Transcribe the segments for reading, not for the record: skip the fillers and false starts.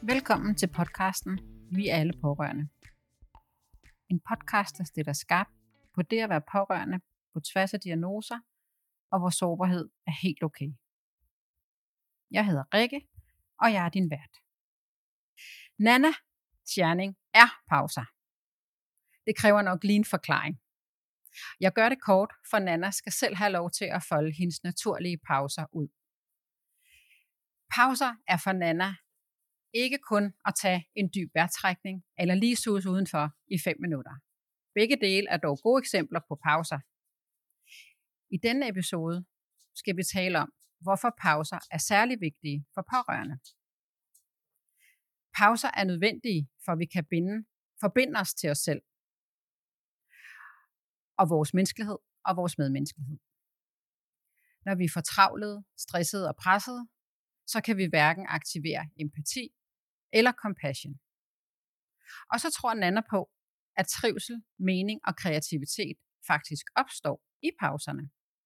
Velkommen til podcasten Vi er alle pårørende. En podcast, der stiller skarpt på det at være pårørende på tværs af diagnoser, og hvor sårbarhed er helt okay. Jeg hedder Rikke, og jeg er din vært. Nanna Tscherning er pauser. Det kræver nok lige en forklaring. Jeg gør det kort, for Nanna skal selv have lov til at folde hendes naturlige pauser ud. Pauser er for Nanna ikke kun at tage en dyb vejrtrækning eller lige sus udenfor i 5 minutter. Begge dele er dog gode eksempler på pauser. I denne episode skal vi tale om, hvorfor pauser er særlig vigtige for pårørende. Pauser er nødvendige, for vi kan forbinde os til os selv og vores menneskelighed og vores medmenneskelighed. Når vi er fortravlede, stressede og pressede, så kan vi hverken aktivere empati eller compassion. Og så tror Nanna på, at trivsel, mening og kreativitet faktisk opstår i pauserne.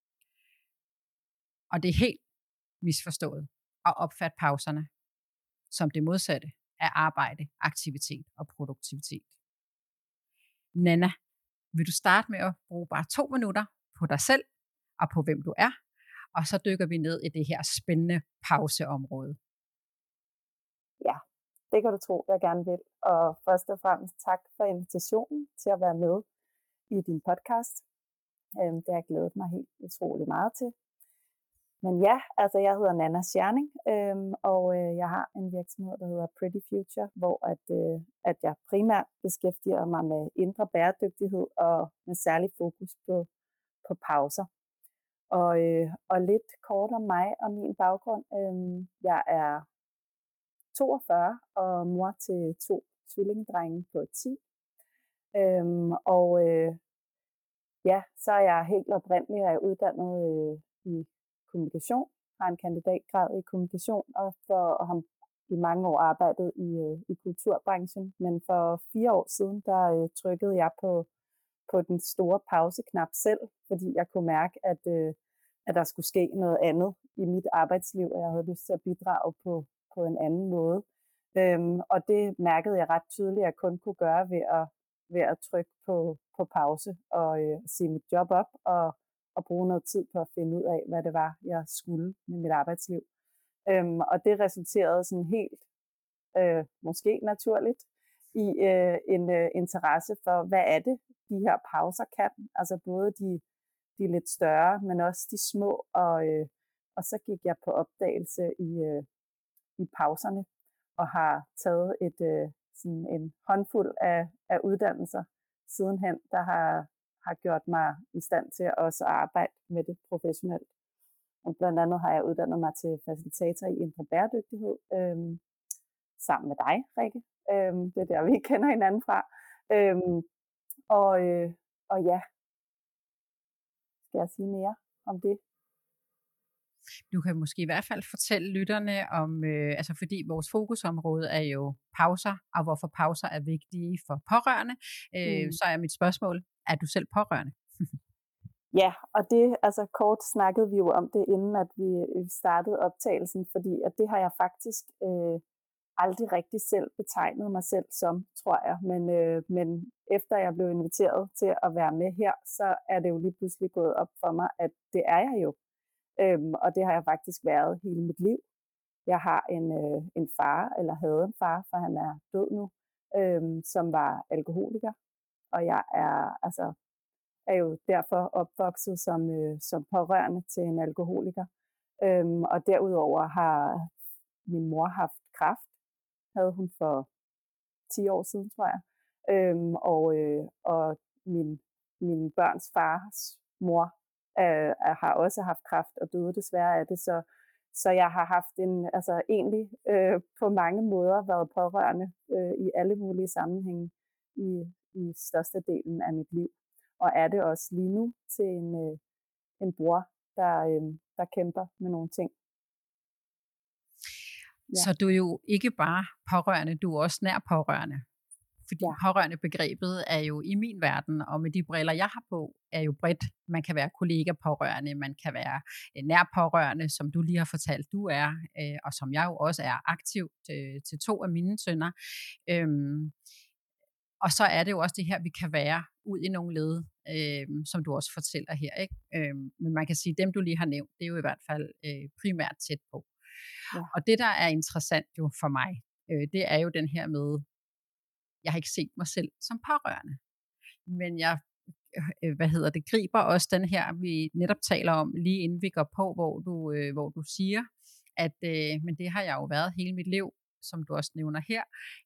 Og det er helt misforstået at opfatte pauserne som det modsatte af arbejde, aktivitet og produktivitet. Nanna, vil du starte med at bruge bare 2 minutter på dig selv og på hvem du er, og så dykker vi ned i det her spændende pauseområde. Ja, det kan du tro, jeg gerne vil. Og først og fremmest tak for invitationen til at være med i din podcast. Det har jeg glædet mig helt utrolig meget til. Men ja, altså jeg hedder Nanna Tscherning, og jeg har en virksomhed, der hedder Pretty Future, hvor at jeg primært beskæftiger mig med indre bæredygtighed og med særlig fokus på pauser. Og lidt kort om mig og min baggrund. Jeg er 42 og mor til 2 tvillingedrenge på 10. Ja, så er jeg helt oprindelig uddannet i kommunikation, har en kandidatgrad i kommunikation, og har i mange år arbejdet i kulturbranchen. Men for 4 år siden, der trykkede jeg på den store pauseknap selv, fordi jeg kunne mærke, at der skulle ske noget andet i mit arbejdsliv, og jeg havde lyst til at bidrage på en anden måde. Og det mærkede jeg ret tydeligt, at jeg kun kunne gøre ved at trykke på pause og sige mit job op og bruge noget tid på at finde ud af, hvad det var, jeg skulle med mit arbejdsliv. Og det resulterede sådan helt, måske naturligt, i en interesse for, hvad er det, de her pauser kan. Altså både de lidt større, men også de små. Og så gik jeg på opdagelse i pauserne og har taget sådan en håndfuld af uddannelser sidenhen, der har gjort mig i stand til også at arbejde med det professionelt. Og blandt andet har jeg uddannet mig til facilitator i indre bæredygtighed, sammen med dig, Rikke. Det er der, vi kender hinanden fra. Og ja, skal jeg sige mere om det? Du kan måske i hvert fald fortælle lytterne om, fordi vores fokusområde er jo pauser, og hvorfor pauser er vigtige for pårørende. Så er mit spørgsmål, er du selv pårørende? Ja, og det, altså kort snakkede vi jo om det, inden at vi startede optagelsen, fordi at det har jeg faktisk aldrig rigtig selv betegnet mig selv som, tror jeg. Men efter jeg blev inviteret til at være med her, så er det jo lige pludselig gået op for mig, at det er jeg jo. Og det har jeg faktisk været hele mit liv. Jeg har en far, eller havde en far, for han er død nu, som var alkoholiker. Og jeg er jo derfor opvokset som pårørende til en alkoholiker. Og derudover har min mor haft kræft, havde hun for 10 år siden, tror jeg. Og min børns fars mor har også haft kræft og døde desværre af det, så jeg har haft egentlig på mange måder været pårørende i alle mulige sammenhænge i størstedelen af mit liv. Og er det også lige nu til en bror, der kæmper med nogle ting. Ja. Så du er jo ikke bare pårørende, du er også nær pårørende. Fordi pårørende begrebet er jo i min verden, og med de briller, jeg har på, er jo bredt. Man kan være kollega-pårørende, man kan være nær pårørende, som du lige har fortalt, du er, og som jeg jo også er aktiv til 2 af mine sønner. Og så er det jo også det her, vi kan være ud i nogle led, som du også fortæller her, ikke? Men man kan sige, dem du lige har nævnt, det er jo i hvert fald primært tæt på. Ja. Og det, der er interessant jo for mig, det er jo den her med, jeg har ikke set mig selv som pårørende, men jeg griber også den her, vi netop taler om, lige inden vi går på, hvor du siger, at men det har jeg jo været hele mit liv, som du også nævner her.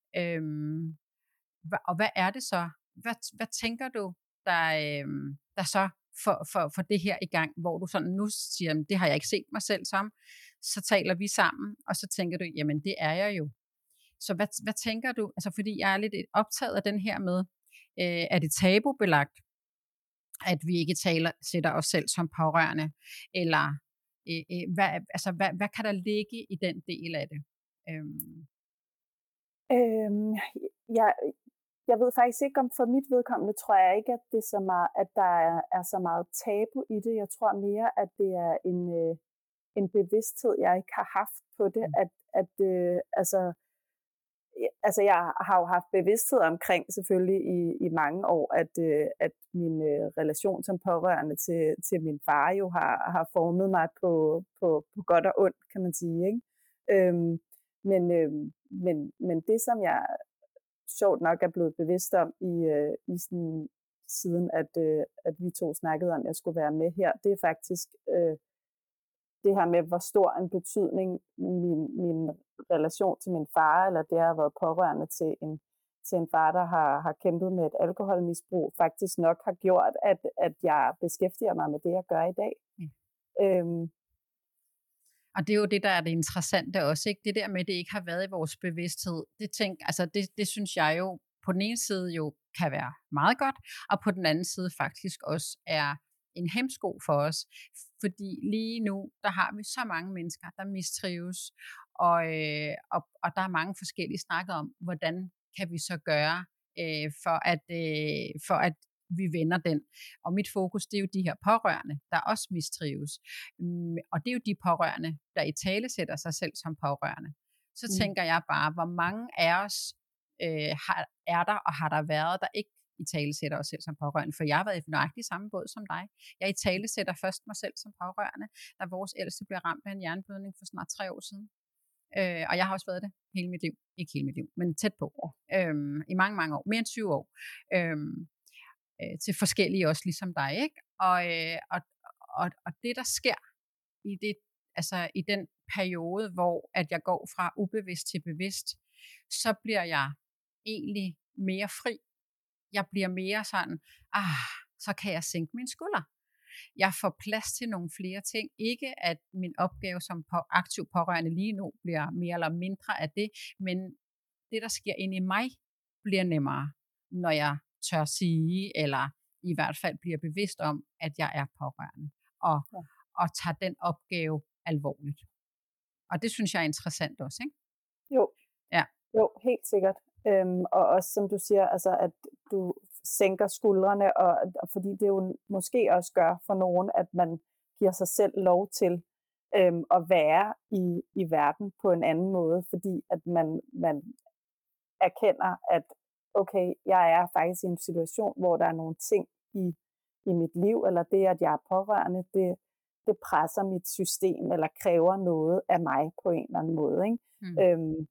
Og hvad er det så? Hvad tænker du, der så for det her i gang, hvor du sådan nu siger, det har jeg ikke set mig selv som, så taler vi sammen, og så tænker du, jamen det er jeg jo. Så hvad tænker du? Altså fordi jeg er lidt optaget af den her med, er det tabubelagt, at vi ikke sætter os selv som pårørende, eller hvad kan der ligge i den del af det? Jeg ved faktisk ikke, om for mit vedkommende tror jeg ikke, at det er så meget, at der er så meget tabu i det. Jeg tror mere, at det er en bevidsthed, jeg ikke har haft på det, Altså jeg har jo haft bevidsthed omkring selvfølgelig i mange år, at min relation som pårørende til min far jo har formet mig på godt og ondt, kan man sige, ikke? Men det, som jeg sjovt nok er blevet bevidst om i sådan, siden at vi to snakkede om, at jeg skulle være med her, det er faktisk det her med, hvor stor en betydning min relation til min far, eller det har været pårørende til en far, der har kæmpet med et alkoholmisbrug, faktisk nok har gjort, at jeg beskæftiger mig med det, jeg gør i dag. Og det er jo det, der er det interessante også, ikke? Det der med, at det ikke har været i vores bevidsthed, det synes jeg jo på den ene side jo kan være meget godt, og på den anden side faktisk også er en hæmsko for os, fordi lige nu, der har vi så mange mennesker, der mistrives, og der er mange forskellige snakker om, hvordan kan vi så gøre, for at vi vender den. Og mit fokus, det er jo de her pårørende, der også mistrives. Og det er jo de pårørende, der italesætter sig selv som pårørende. Så tænker jeg bare, hvor mange af os er der og har der været, der ikke italesætter os selv som pårørende. For jeg har været i nøjagtig samme båd som dig. Jeg italesætter først mig selv som pårørende, da vores ældste blev ramt af en hjerneblødning for snart 3 år siden. Og jeg har også været det hele mit liv. Ikke hele mit liv, men tæt på. I mange, mange år. Mere end 20 år. Til forskellige også, ligesom dig, ikke? Og det, der sker i det, altså i den periode, hvor at jeg går fra ubevidst til bevidst, så bliver jeg egentlig mere fri. Jeg bliver mere sådan, så kan jeg sænke mine skuldre. Jeg får plads til nogle flere ting. Ikke at min opgave som aktiv pårørende lige nu bliver mere eller mindre af det, men det, der sker inde i mig, bliver nemmere, når jeg tør sige, eller i hvert fald bliver bevidst om, at jeg er pårørende, og tager den opgave alvorligt. Og det synes jeg er interessant også, ikke? Jo, ja. Jo, helt sikkert. Og også som du siger, altså at du sænker skuldrene, og fordi det jo måske også gør for nogen, at man giver sig selv lov til at være i verden på en anden måde, fordi at man erkender, at okay, jeg er faktisk i en situation, hvor der er nogle ting i mit liv, eller det, at jeg er pårørende, det presser mit system, eller kræver noget af mig på en eller anden måde, ikke?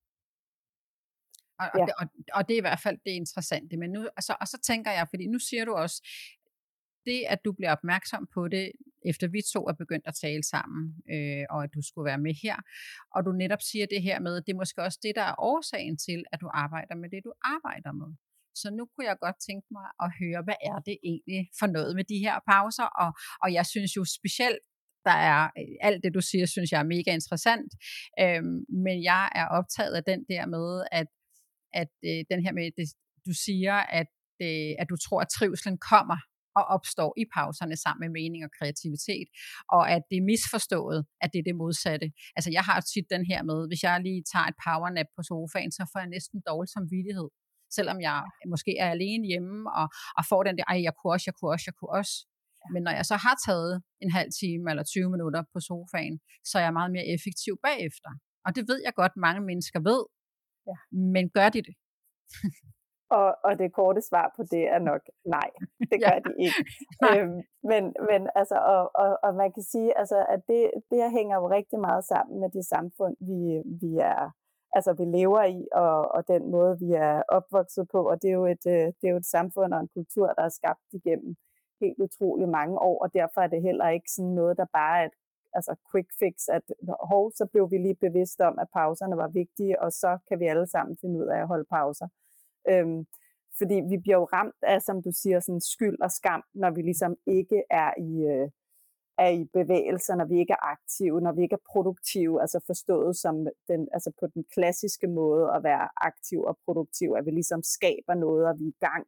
Og det er i hvert fald det interessante. Men nu, og så tænker jeg, fordi nu siger du også, det at du bliver opmærksom på det, efter vi to er begyndt at tale sammen, og at du skulle være med her, og du netop siger det her med, det er måske også det, der er årsagen til, at du arbejder med det, du arbejder med. Så nu kunne jeg godt tænke mig at høre, hvad er det egentlig for noget med de her pauser, og jeg synes jo specielt, der er alt det, du siger, synes jeg er mega interessant, men jeg er optaget af den der med, at den her med, du siger, at du tror, at trivselen kommer og opstår i pauserne sammen med mening og kreativitet, og at det er misforstået, at det er det modsatte. Altså jeg har tit den her med, hvis jeg lige tager et powernap på sofaen, så får jeg næsten dårlig samvittighed. selvom jeg måske er alene hjemme, og får den der, jeg kunne også. Men når jeg så har taget en halv time eller 20 minutter på sofaen, så er jeg meget mere effektiv bagefter. Og det ved jeg godt, mange mennesker ved, men gør de det? Og det korte svar på det er nok nej, det gør de ikke. Men altså, og man kan sige, altså, at det hænger jo rigtig meget sammen med det samfund, vi lever i, og den måde, vi er opvokset på. Og det er jo et samfund og en kultur, der er skabt igennem helt utrolig mange år, og derfor er det heller ikke sådan noget, der bare er et quick fix, at så blev vi lige bevidst om, at pauserne var vigtige, og så kan vi alle sammen finde ud af at holde pauser. Fordi vi bliver jo ramt af, som du siger, sådan skyld og skam, når vi ligesom ikke er i bevægelser, når vi ikke er aktive, når vi ikke er produktive, altså forstået som på den klassiske måde at være aktiv og produktiv, at vi ligesom skaber noget, og vi er i gang.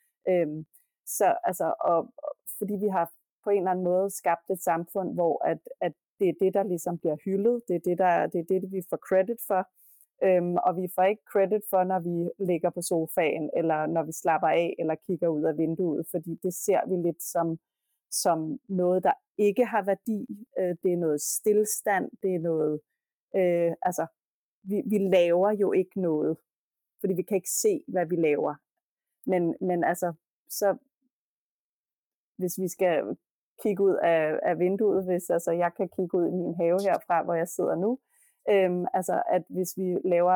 Og fordi vi har på en eller anden måde skabt et samfund, hvor at det er det, der ligesom bliver hyldet, det er det, vi får credit for. Og vi får ikke credit for, når vi ligger på sofaen, eller når vi slapper af, eller kigger ud af vinduet, fordi det ser vi lidt som noget, der ikke har værdi. Det er noget stillstand, det er noget, vi laver jo ikke noget, fordi vi kan ikke se, hvad vi laver. Men altså, så hvis vi skal kigge ud af vinduet, hvis altså jeg kan kigge ud i min have herfra, hvor jeg sidder nu, at hvis vi laver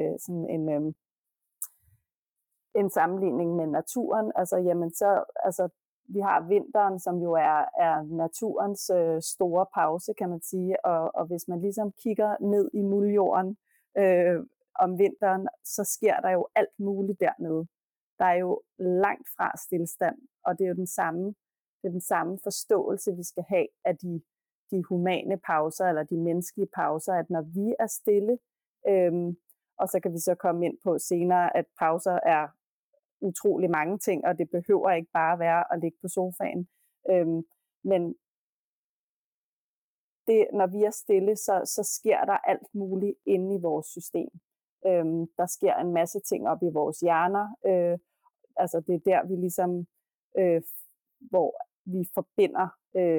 en sammenligning med naturen, vi har vinteren, som jo er naturens store pause, kan man sige, og hvis man ligesom kigger ned i muldjorden om vinteren, så sker der jo alt muligt dernede. Der er jo langt fra stillstand, og det er jo den samme forståelse, vi skal have af de humane pauser, eller de menneskelige pauser, at når vi er stille, og så kan vi så komme ind på senere, at pauser er utrolig mange ting, og det behøver ikke bare være at ligge på sofaen. Men når vi er stille, så sker der alt muligt inde i vores system. Der sker en masse ting op i vores hjerner. Det er der, vi ligesom, hvor vi forbinder,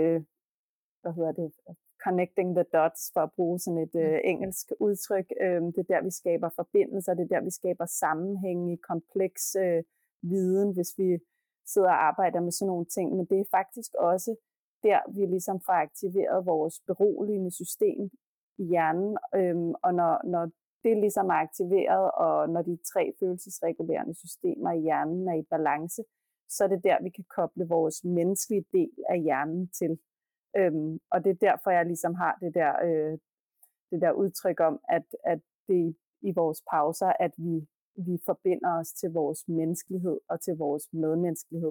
connecting the dots, for at bruge sådan et engelsk udtryk. Det er der, vi skaber forbindelser, det er der, vi skaber sammenhæng i kompleks viden, hvis vi sidder og arbejder med sådan nogle ting. Men det er faktisk også der, vi ligesom får aktiveret vores beroligende system i hjernen. Og når det ligesom er aktiveret, og når de 3 følelsesregulerende systemer i hjernen er i balance, så er det der, vi kan koble vores menneskelige del af hjernen til. Og det er derfor, jeg ligesom har det der udtryk om, at det i vores pauser, at vi forbinder os til vores menneskelighed og til vores medmenneskelighed.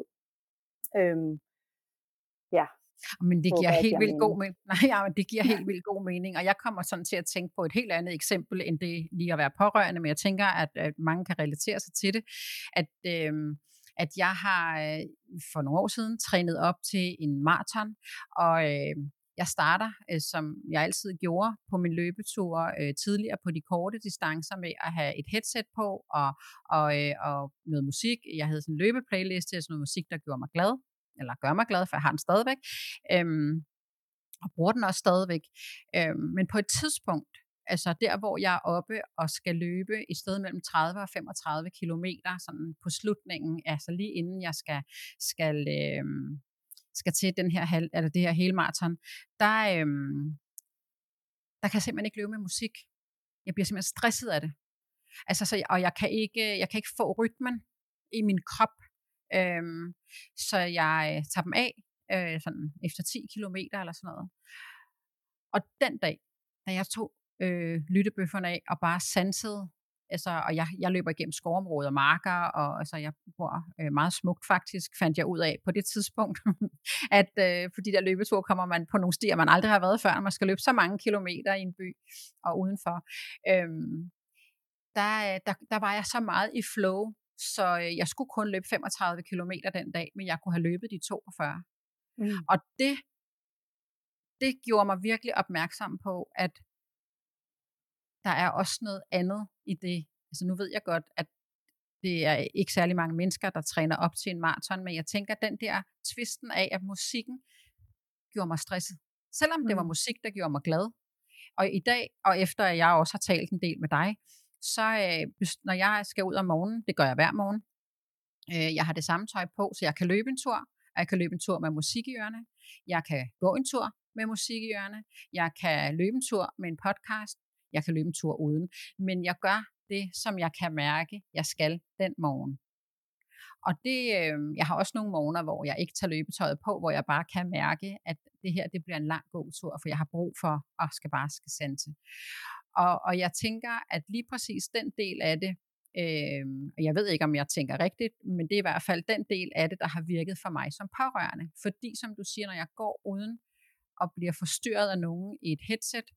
Men det giver helt vildt god mening. Det giver helt vildt god mening, og jeg kommer sådan til at tænke på et helt andet eksempel end det lige at være pårørende, men jeg tænker, at mange kan relatere sig til det, at jeg har for nogle år siden trænet op til en maraton, og jeg starter, som jeg altid gjorde på min løbetur tidligere på de korte distancer, med at have et headset på og noget musik. Jeg havde sådan en løbeplayliste, sådan noget musik, der gjorde mig glad, eller gør mig glad, for jeg har den stadigvæk, og bruger den også stadigvæk. Men på et tidspunkt, altså der, hvor jeg er oppe og skal løbe i stedet mellem 30 og 35 kilometer, sådan på slutningen, altså lige inden jeg skal til det her helmaraton, der kan jeg simpelthen ikke løbe med musik. Jeg bliver simpelthen stresset af det. Og jeg kan ikke få rytmen i min krop, så jeg tager dem af sådan efter 10 kilometer eller sådan noget. Og den dag, da jeg tog lyttebøfferne af og bare sansede, og jeg løber igennem skovområder og marker, og jeg bor meget smukt faktisk, fandt jeg ud af på det tidspunkt, at på de der løbeture kommer man på nogle stier, man aldrig har været før, når man skal løbe så mange kilometer i en by og udenfor. Der var jeg så meget i flow, så jeg skulle kun løbe 35 kilometer den dag, men jeg kunne have løbet de 42. Og det gjorde mig virkelig opmærksom på, at der er også noget andet i det. Altså nu ved jeg godt, at det er ikke særlig mange mennesker, der træner op til en maraton, men jeg tænker, at den der tvisten af, at musikken gjorde mig stresset. Selvom det var musik, der gjorde mig glad. Og i dag, og efter jeg også har talt en del med dig, så når jeg skal ud om morgenen, det gør jeg hver morgen, jeg har det samme tøj på, så jeg kan løbe en tur, og jeg kan løbe en tur med musik i ørerne. Jeg kan gå en tur med musik i ørerne. Jeg kan løbe en tur med en podcast. Jeg kan løbe en tur uden. Men jeg gør det, som jeg kan mærke, jeg skal den morgen. Og jeg har også nogle morgener, hvor jeg ikke tager løbetøjet på, hvor jeg bare kan mærke, at det her det bliver en lang gåtur, for jeg har brug for at skal sanse. Og jeg tænker, at lige præcis den del af det, jeg ved ikke, om jeg tænker rigtigt, men det er i hvert fald den del af det, der har virket for mig som pårørende. Fordi, som du siger, når jeg går uden og bliver forstyrret af nogen i et headset,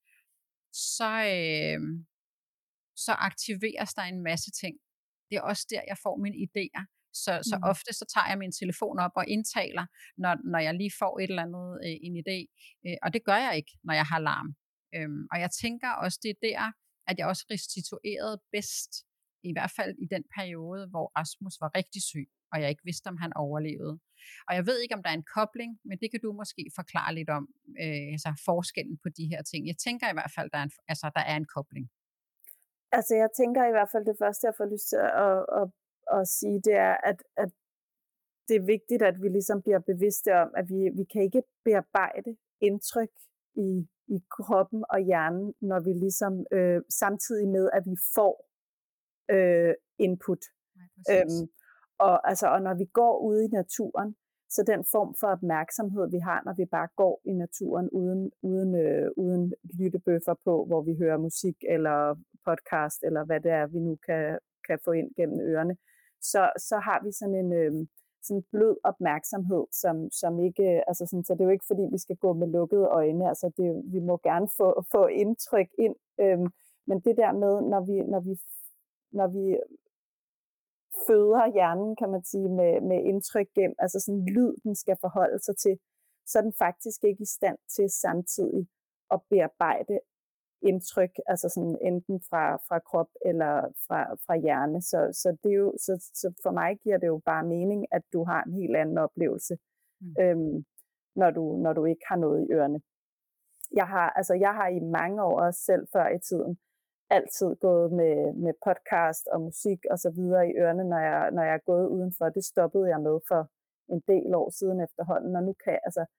så aktiveres der en masse ting. Det er også der, jeg får mine idéer. Så ofte så tager jeg min telefon op og indtaler, når jeg lige får et eller andet en idé. Og det gør jeg ikke, når jeg har larm. Og jeg tænker også, det er der, at jeg også restituerede bedst, i hvert fald i den periode, hvor Rasmus var rigtig syg, og jeg ikke vidste, om han overlevede. Og jeg ved ikke, om der er en kobling, men det kan du måske forklare lidt om, altså forskellen på de her ting. Jeg tænker i hvert fald, der er en kobling. Altså jeg tænker i hvert fald, det første, jeg får lyst til at sige, det er, at det er vigtigt, at vi ligesom bliver bevidste om, at vi kan ikke bearbejde indtryk i kroppen og hjernen, når vi ligesom samtidig med, at vi får input. Og når vi går ude i naturen, så den form for opmærksomhed, vi har, når vi bare går i naturen uden lyttebøffer på, hvor vi hører musik eller podcast, eller hvad det er, vi nu kan få ind gennem ørerne, så har vi sådan en blød opmærksomhed, som ikke, altså sådan, så det er jo ikke fordi, vi skal gå med lukkede øjne, altså vi må gerne få indtryk ind, men det der med, når vi føder hjernen, kan man sige, med indtryk gennem, altså sådan lyd, den skal forholde sig til, så er den faktisk ikke i stand til samtidig at bearbejde indtryk, altså sådan enten fra krop eller fra hjerne. Så det er jo, så for mig giver det jo bare mening, at du har en helt anden oplevelse, når du ikke har noget i ørerne. Jeg har i mange år også selv før i tiden altid gået med podcast og musik og så videre i ørerne, når jeg er gået udenfor. Det stoppede jeg med for en del år siden efterhånden, og nu kan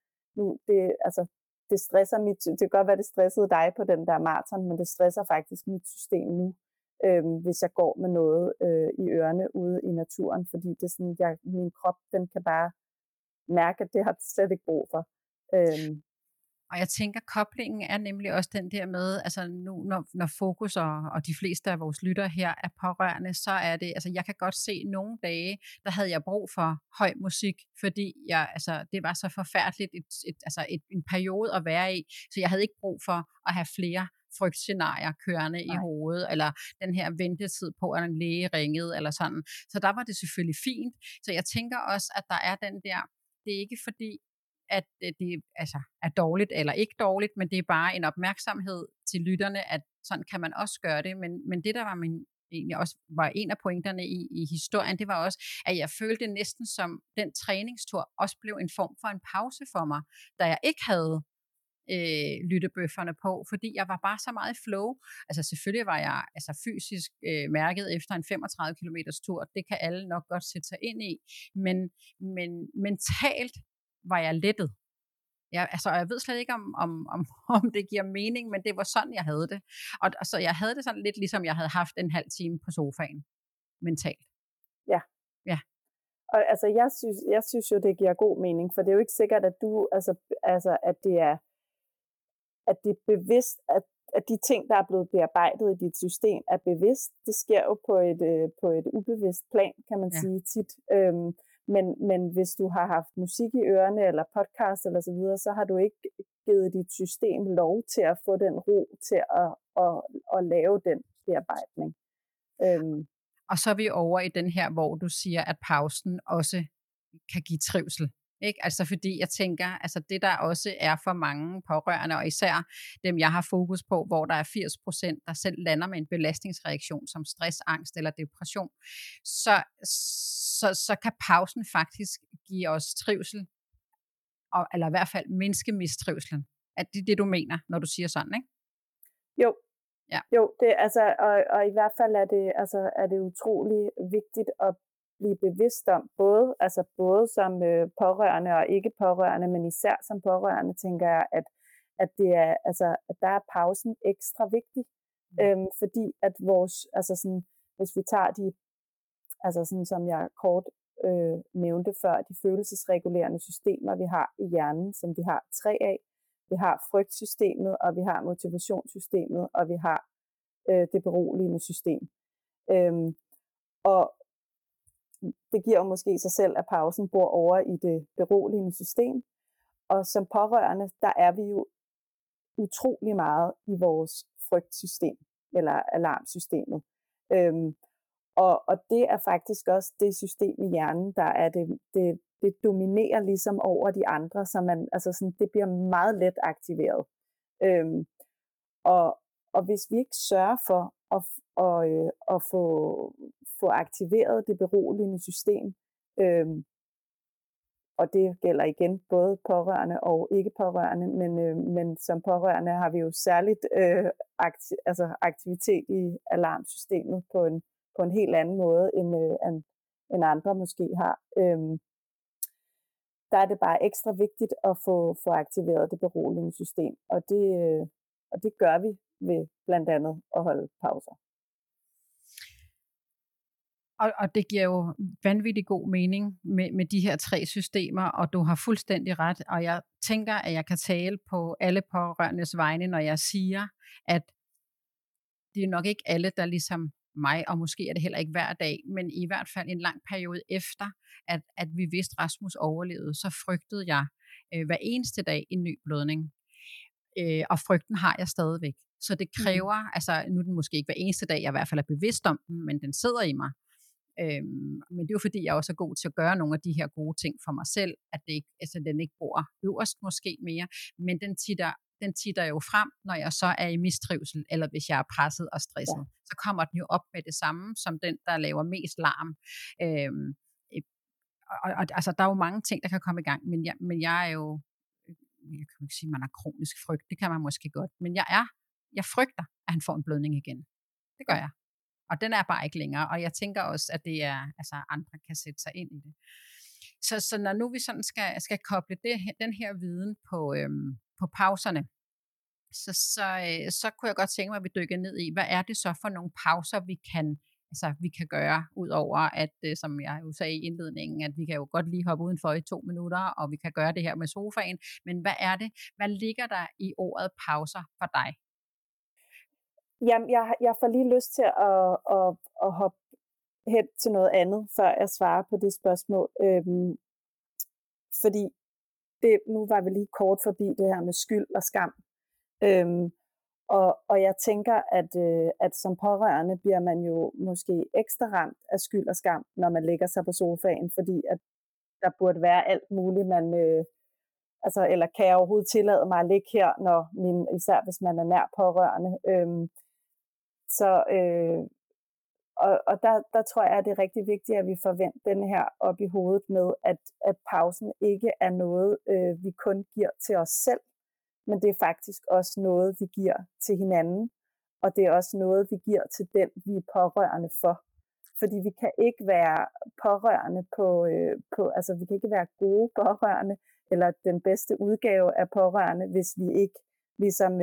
det stresser det kan godt være, det stressede dig på den der maraton, men det stresser faktisk mit system nu, hvis jeg går med noget i ørerne ude i naturen, fordi det er sådan, min krop, den kan bare mærke, at det har jeg slet ikke brug for. Og jeg tænker, koblingen er nemlig også den der med, altså nu når fokus og de fleste af vores lyttere her er pårørende, så er det, altså jeg kan godt se nogle dage, der havde jeg brug for høj musik, fordi det var så forfærdeligt en periode at være i, så jeg havde ikke brug for at have flere frygtscenarier kørende i hovedet, eller den her ventetid på, at en læge ringede, eller sådan. Så der var det selvfølgelig fint. Så jeg tænker også, at der er den der, det er ikke fordi, at det er dårligt eller ikke dårligt, men det er bare en opmærksomhed til lytterne, at sådan kan man også gøre det. Men det, der var egentlig også var en af pointerne i historien, det var også, at jeg følte næsten som den træningstur også blev en form for en pause for mig, da jeg ikke havde lyttebøfferne på, fordi jeg var bare så meget i flow. Altså selvfølgelig var jeg fysisk mærket efter en 35 km tur, det kan alle nok godt sætte sig ind i, men mentalt var jeg lettet. Jeg ved slet ikke, om det giver mening, men det var sådan, jeg havde det. Og så jeg havde det sådan lidt, ligesom jeg havde haft en halv time på sofaen, mentalt. Ja. Og altså, jeg synes jo, det giver god mening, for det er jo ikke sikkert, at du, at det er bevidst, at de ting, der er blevet bearbejdet i dit system, er bevidst. Det sker jo på et ubevidst plan, kan man sige tit. Men hvis du har haft musik i ørerne, eller podcast, eller så videre, så har du ikke givet dit system lov til at få den ro til at lave den bearbejdning. Og så er vi over i den her, hvor du siger, at pausen også kan give trivsel. Ikke? Altså fordi jeg tænker, altså det der også er for mange pårørende, og især dem jeg har fokus på, hvor der er 80%, der selv lander med en belastningsreaktion som stress, angst eller depression, så kan pausen faktisk give os trivsel, eller i hvert fald mindske mistrivselen. Er det det, du mener, når du siger sådan, ikke? Jo. Ja. Jo, det altså, og i hvert fald er det utrolig vigtigt at blive bevidst om, både som pårørende og ikke pårørende, men især som pårørende, tænker jeg, at det er, at der er pausen ekstra vigtig, fordi at hvis vi tager de, som jeg kort nævnte før, de følelsesregulerende systemer, vi har i hjernen, som vi har 3 af. Vi har frygtsystemet, og vi har motivationssystemet, og vi har det beroligende system. Og det giver jo måske sig selv, at pausen bor over i det beroligende system. Og som pårørende, der er vi jo utrolig meget i vores frygtsystem, eller alarmsystemet. Og det er faktisk også det system i hjernen, der er det dominerer ligesom over de andre, så det bliver meget let aktiveret. Og hvis vi ikke sørger for at få aktiveret det beroligende system, og det gælder igen både pårørende og ikke pårørende, men som pårørende har vi jo særligt aktivitet i alarmsystemet på en helt anden måde, end andre måske har. Der er det bare ekstra vigtigt at få aktiveret det beroligende system, og det gør vi ved blandt andet at holde pauser. Og det giver jo vanvittig god mening med de her 3 systemer, og du har fuldstændig ret, og jeg tænker, at jeg kan tale på alle pårørendes vegne, når jeg siger, at det er nok ikke alle, der ligesom mig, og måske er det heller ikke hver dag, men i hvert fald en lang periode efter, at vi vidste, Rasmus overlevede, så frygtede jeg hver eneste dag en ny blødning. Og frygten har jeg stadigvæk. Så det kræver, nu er den måske ikke hver eneste dag, jeg i hvert fald er bevidst om den, men den sidder i mig. Men det er jo fordi, jeg også er god til at gøre nogle af de her gode ting for mig selv, at det ikke, den ikke bor øverst måske mere, men den titter jo frem, når jeg så er i mistrivsel, eller hvis jeg er presset og stresset. Ja. Så kommer den jo op med det samme, som den, der laver mest larm. Der er jo mange ting, der kan komme i gang, men jeg er jo, jeg kan ikke sige, at man har kronisk frygt, det kan man måske godt, men jeg frygter, at han får en blødning igen. Det gør jeg. Og den er bare ikke længere, og jeg tænker også, at det er, andre kan sætte sig ind i det. Så når nu vi sådan skal koble den her viden på pauserne, så kunne jeg godt tænke mig, at vi dykker ned i, hvad er det så for nogle pauser, vi kan gøre, udover at, som jeg jo sagde i indledningen, at vi kan jo godt lige hoppe udenfor i 2 minutter, og vi kan gøre det her med sofaen, men hvad ligger der i ordet pauser for dig? Jamen, jeg får lige lyst til at hoppe hen til noget andet, før jeg svarer på det spørgsmål. Fordi nu var vi lige kort forbi det her med skyld og skam. Og jeg tænker, at som pårørende bliver man jo måske ekstra ramt af skyld og skam, når man lægger sig på sofaen, fordi at der burde være alt muligt, eller kan jeg overhovedet tillade mig at ligge her, især hvis man er nær pårørende. Og der tror jeg, at det er rigtig vigtigt, at vi forventer den her op i hovedet med, at pausen ikke er noget, vi kun giver til os selv, men det er faktisk også noget, vi giver til hinanden, og det er også noget, vi giver til den, vi er pårørende for. Fordi vi kan ikke være pårørende vi kan ikke være gode pårørende, eller den bedste udgave af pårørende, hvis vi ikke ligesom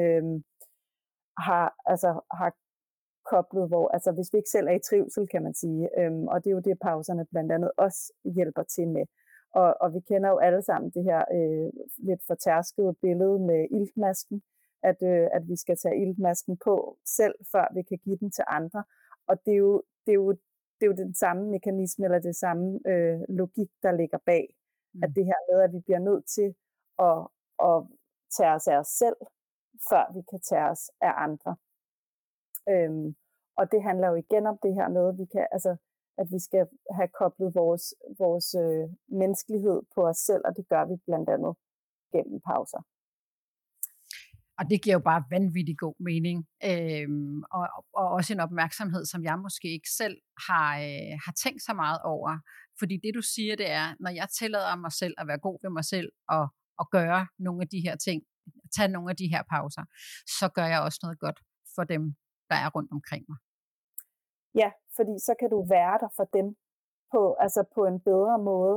har koblet, hvis vi ikke selv er i trivsel, kan man sige. Og det er jo det, pauserne blandt andet også hjælper til med. Og vi kender jo alle sammen det her lidt fortærskede billede med iltmasken, at vi skal tage iltmasken på selv, før vi kan give den til andre. Og det er jo den samme mekanisme, eller det samme logik, der ligger bag. At det her med, at vi bliver nødt til at tage os af os selv, før vi kan tage os af andre. Og det handler jo igen om det her med, at vi skal have koblet vores menneskelighed på os selv, og det gør vi blandt andet gennem pauser. Og det giver jo bare vanvittig god mening, og også en opmærksomhed, som jeg måske ikke selv har tænkt så meget over. Fordi det du siger, det er, når jeg tillader mig selv at være god ved mig selv, og gøre nogle af de her ting, tage nogle af de her pauser, så gør jeg også noget godt for dem, der er rundt omkring mig. Ja, fordi så kan du være der for dem på en bedre måde.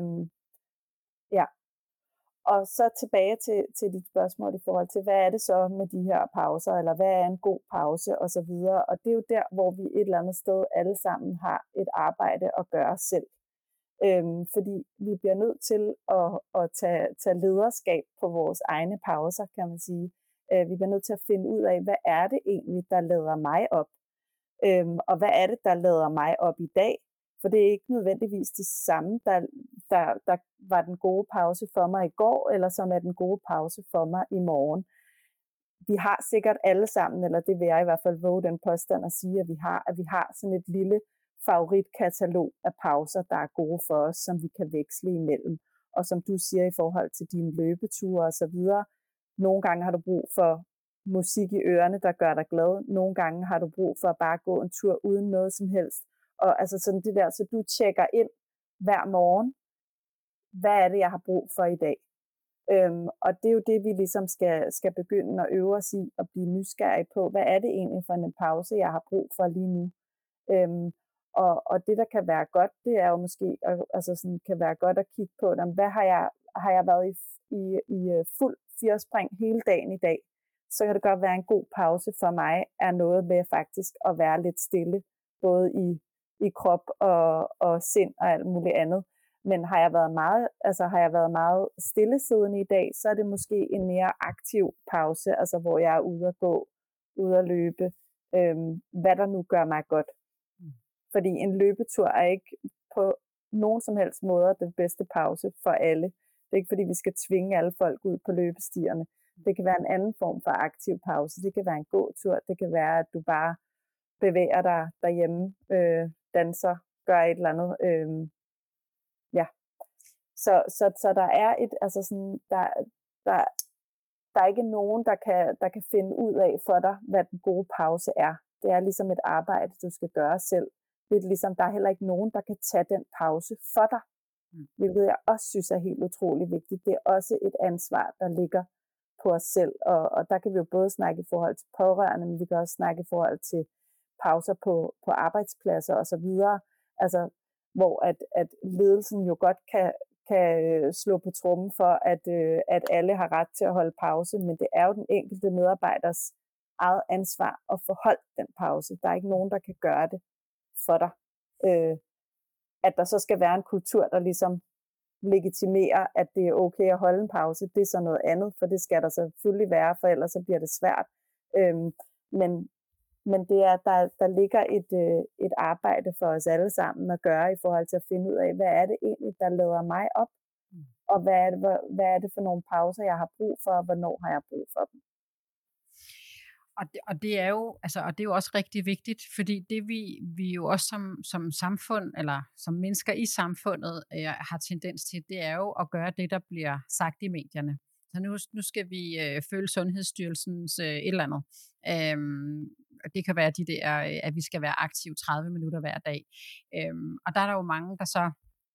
Ja. Og så tilbage til dit spørgsmål i forhold til, hvad er det så med de her pauser, eller hvad er en god pause og så videre. Og det er jo der, hvor vi et eller andet sted alle sammen har et arbejde at gøre selv. Fordi vi bliver nødt til at tage lederskab på vores egne pauser, kan man sige. Vi bliver nødt til at finde ud af, hvad er det egentlig, der lader mig op? Og hvad er det, der lader mig op i dag? For det er ikke nødvendigvis det samme, der var den gode pause for mig i går, eller som er den gode pause for mig i morgen. Vi har sikkert alle sammen, eller det vil jeg i hvert fald våge den påstand at sige, at vi har sådan et lille favoritkatalog af pauser, der er gode for os, som vi kan veksle imellem. Og som du siger i forhold til dine løbeture og så videre, nogle gange har du brug for musik i ørerne, der gør dig glad. Nogle gange har du brug for at bare gå en tur uden noget som helst. Og altså sådan det der, så du tjekker ind hver morgen, hvad er det, jeg har brug for i dag? Og det er jo det, vi ligesom skal begynde at øve os i, og blive nysgerrige på, hvad er det egentlig for en pause, jeg har brug for lige nu? Og det, der kan være godt, det er jo måske, altså sådan, kan være godt at kigge på, hvad har jeg været i fuld firespring hele dagen i dag? Så kan det godt være en god pause for mig, er noget med faktisk at være lidt stille, både i krop og sind og alt muligt andet. Men har jeg været meget stillesiddende i dag, så er det måske en mere aktiv pause, altså hvor jeg er ude at gå, ude at løbe, hvad der nu gør mig godt. Fordi en løbetur er ikke på nogen som helst måde den bedste pause for alle. Det er ikke fordi, vi skal tvinge alle folk ud på løbestierne. Det kan være en anden form for aktiv pause. Det kan være en gåtur. Det kan være, at du bare bevæger dig derhjemme, danser, gør et eller andet. Ja. Så der er der er ikke nogen, der kan finde ud af for dig, hvad den gode pause er. Det er ligesom et arbejde, du skal gøre selv. Det er ligesom, der er heller ikke nogen, der kan tage den pause for dig. Hvilket jeg også synes er helt utrolig vigtigt. Det er også et ansvar, der ligger på os selv. Og der kan vi jo både snakke i forhold til pårørende, men vi kan også snakke i forhold til pauser på arbejdspladser og så videre. Altså, hvor at ledelsen jo godt kan slå på trommen for, at alle har ret til at holde pause, men det er jo den enkelte medarbejders eget ansvar at forholde den pause. Der er ikke nogen, der kan gøre det for dig. At der så skal være en kultur, der ligesom legitimerer, at det er okay at holde en pause, det er så noget andet, for det skal der selvfølgelig være, for ellers så bliver det svært. Men det er, der ligger et arbejde for os alle sammen at gøre i forhold til at finde ud af, hvad er det egentlig, der lader mig op, og hvad er det for nogle pauser, jeg har brug for, og hvornår har jeg brug for dem. Og det er jo, altså, og det er jo også rigtig vigtigt, fordi det vi jo også som samfund, eller som mennesker i samfundet, har tendens til, det er jo at gøre det, der bliver sagt i medierne. Så nu skal vi følge Sundhedsstyrelsens et eller andet. Det kan være de der, at vi skal være aktive 30 minutter hver dag. Og der er der jo mange, der så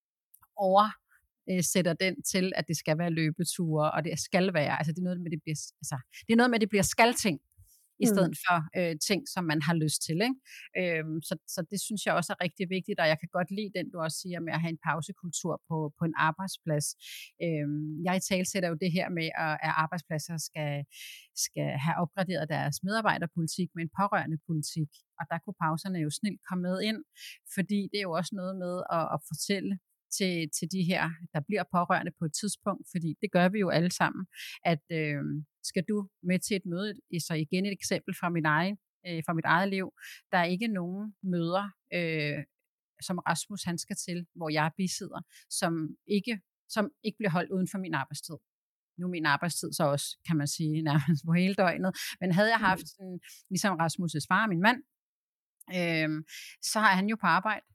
sætter den til, at det skal være løbeture, og det skal være, altså det er noget med, det bliver skalting, i stedet for ting, som man har lyst til. Ikke? Så det synes jeg også er rigtig vigtigt, og jeg kan godt lide den, du også siger, med at have en pausekultur på en arbejdsplads. Jeg italesætter jo det her med, at arbejdspladser skal have opgraderet deres medarbejderpolitik med en pårørende politik, og der kunne pauserne jo snilt komme med ind, fordi det er jo også noget med at fortælle til de her, der bliver pårørende på et tidspunkt, fordi det gør vi jo alle sammen, at skal du med til et møde, så igen et eksempel fra mit eget liv, der er ikke nogen møder, som Rasmus han skal til, hvor jeg bisidder, som ikke bliver holdt uden for min arbejdstid. Nu er min arbejdstid så også, kan man sige, nærmest på hele døgnet, men havde jeg haft ligesom Rasmus' far, min mand, så har han jo på arbejde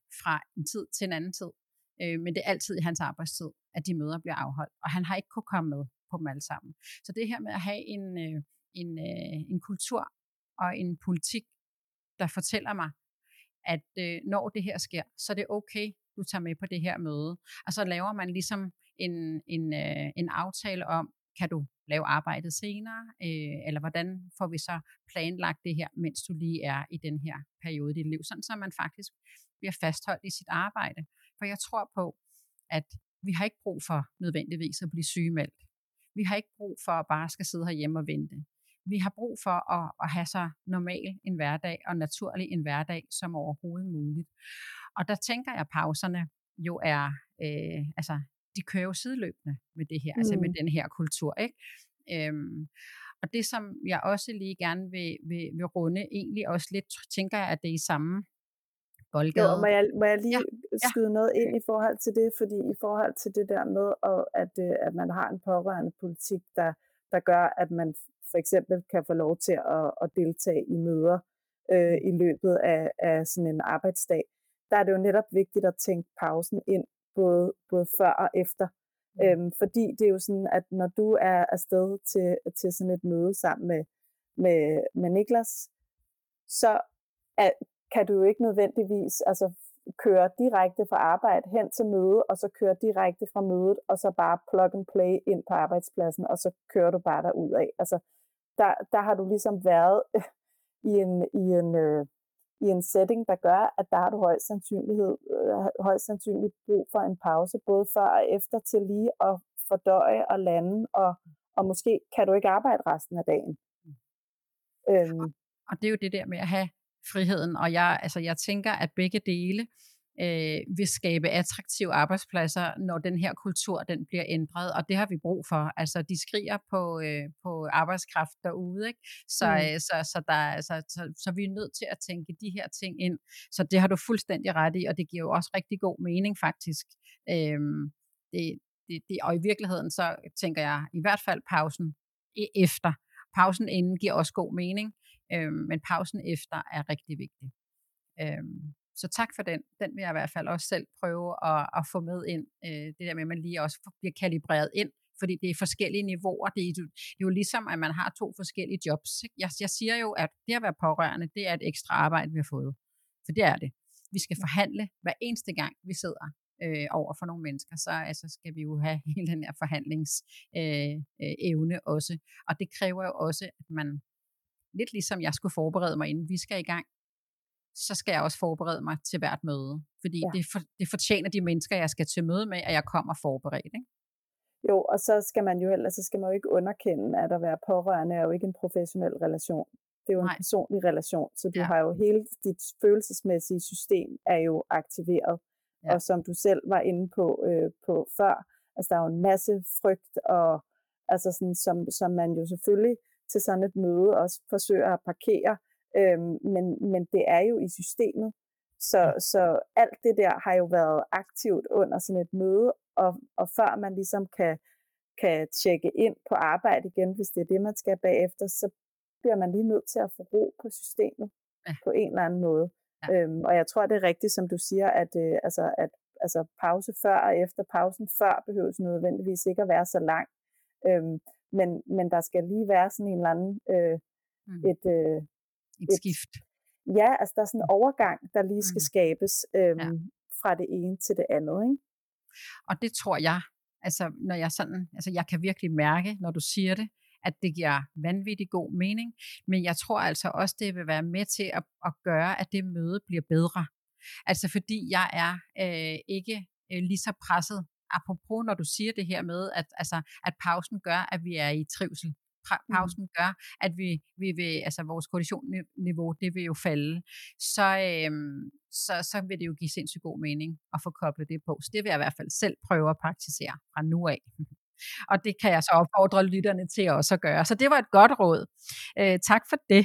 fra en tid til en anden tid. Men det er altid i hans arbejdstid, at de møder bliver afholdt. Og han har ikke kunne komme med på dem alle sammen. Så det her med at have en kultur og en politik, der fortæller mig, at når det her sker, så er det okay, du tager med på det her møde. Og så laver man ligesom en aftale om, kan du lave arbejdet senere, eller hvordan får vi så planlagt det her, mens du lige er i den her periode i dit liv, sådan så man faktisk bliver fastholdt i sit arbejde. For jeg tror på, at vi har ikke brug for nødvendigvis at blive sygemeldt. Vi har ikke brug for at bare skal sidde herhjemme og vente. Vi har brug for at have så normal en hverdag og naturlig en hverdag som overhovedet muligt. Og der tænker jeg, at pauserne jo er, de kører jo sideløbende med det her, altså med den her kultur, ikke? Og det, som jeg også lige gerne vil runde, egentlig også lidt, tænker jeg, at det er i samme boldgade. Jo, må jeg lige skyde noget ind i forhold til det, fordi i forhold til det der med, at man har en pårørende politik, der gør, at man for eksempel kan få lov til at deltage i møder i løbet af sådan en arbejdsdag, der er det jo netop vigtigt at tænke pausen ind, både før og efter. Fordi det er jo sådan, at når du er afsted til sådan et møde sammen med Niklas, så kan du jo ikke nødvendigvis køre direkte fra arbejde hen til møde, og så køre direkte fra mødet, og så bare plug and play ind på arbejdspladsen, og så kører du bare derudad. Altså, der har du ligesom været i en setting, der gør, at der har du højst sandsynligt brug for en pause, både før og efter, til lige at fordøje og lande, og måske kan du ikke arbejde resten af dagen. Og det er jo det der med at have friheden, og jeg tænker, at begge dele vil skabe attraktive arbejdspladser, når den her kultur den bliver ændret, og det har vi brug for. Altså, de skriger på arbejdskraft derude, ikke? Så vi er nødt til at tænke de her ting ind. Så det har du fuldstændig ret i, og det giver jo også rigtig god mening faktisk. Og i virkeligheden så tænker jeg i hvert fald pausen efter. Pausen inden giver også god mening, men pausen efter er rigtig vigtig. Så tak for den. Den vil jeg i hvert fald også selv prøve at få med ind. Det der med, at man lige også bliver kalibreret ind, fordi det er forskellige niveauer. Det er jo ligesom, at man har 2 forskellige jobs. Jeg siger jo, at det at være pårørende, det er et ekstra arbejde, vi har fået. For det er det. Vi skal forhandle hver eneste gang, vi sidder over for nogle mennesker. Så skal vi jo have hele den her forhandlingsevne også. Og det kræver jo også, at man, lidt ligesom jeg skulle forberede mig, inden vi skal i gang, så skal jeg også forberede mig til hvert møde. Fordi det fortjener de mennesker, jeg skal til møde med, at jeg kommer forberedt. Ikke? Jo, og så skal man jo ikke underkende, at at være pårørende er jo ikke en professionel relation. Det er jo en personlig relation, så du har jo hele dit følelsesmæssige system er jo aktiveret. Ja. Og som du selv var inde på før, altså der er jo en masse frygt, og altså sådan, som man jo selvfølgelig til sådan et møde også forsøger at parkere, men det er jo i systemet. Så alt det der har jo været aktivt under sådan et møde, og før man ligesom kan tjekke ind på arbejde igen, hvis det er det, man skal bagefter, så bliver man lige nødt til at få ro på systemet på en eller anden måde. Ja. Og jeg tror, det er rigtigt, som du siger, at pause før og efter pausen før behøves nødvendigvis ikke at være så lang. Men der skal lige være sådan en eller anden et skift. Ja, altså der er sådan en overgang, der lige skal skabes fra det ene til det andet, ikke? Og det tror jeg, når jeg kan virkelig mærke, når du siger det, at det giver vanvittig god mening, men jeg tror altså også, det vil være med til at gøre, at det møde bliver bedre. Altså fordi jeg er ikke lige så presset. Apropos, når du siger det her med, at pausen gør, at vi er i trivsel. Pausen gør, at vi vil, vores koordinationsniveau, det vil jo falde. Så vil det jo give sindssygt god mening at få koblet det på. Så det vil jeg i hvert fald selv prøve at praktisere fra nu af. Og det kan jeg så opfordre lytterne til også at gøre. Så det var et godt råd. Tak for det.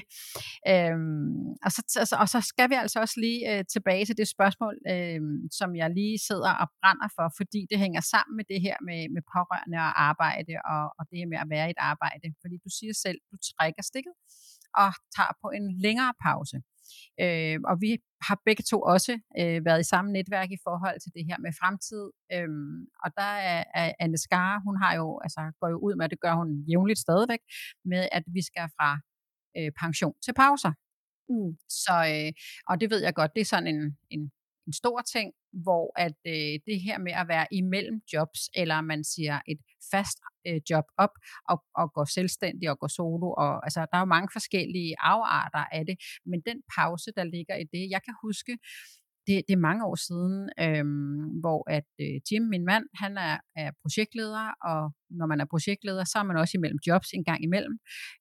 Og så skal vi altså også lige tilbage til det spørgsmål, som jeg lige sidder og brænder for, fordi det hænger sammen med det her med pårørende og arbejde, og det her med at være i et arbejde. Fordi du siger selv, du trækker stikket og tager på en længere pause. Og vi har begge to også været i samme netværk i forhold til det her med fremtid. Og der er Anne Skare, hun har jo, altså går jo ud med, det gør hun jævnligt stadigvæk, med at vi skal fra pension til pauser. Så, og det ved jeg godt, det er sådan en stor ting, hvor at det her med at være imellem jobs, eller man siger et fast job op, og går selvstændig og går solo, og altså der er jo mange forskellige afarter af det, men den pause, der ligger i det, jeg kan huske, det er mange år siden, hvor at Jim, min mand, han er projektleder, og når man er projektleder, så er man også imellem jobs en gang imellem,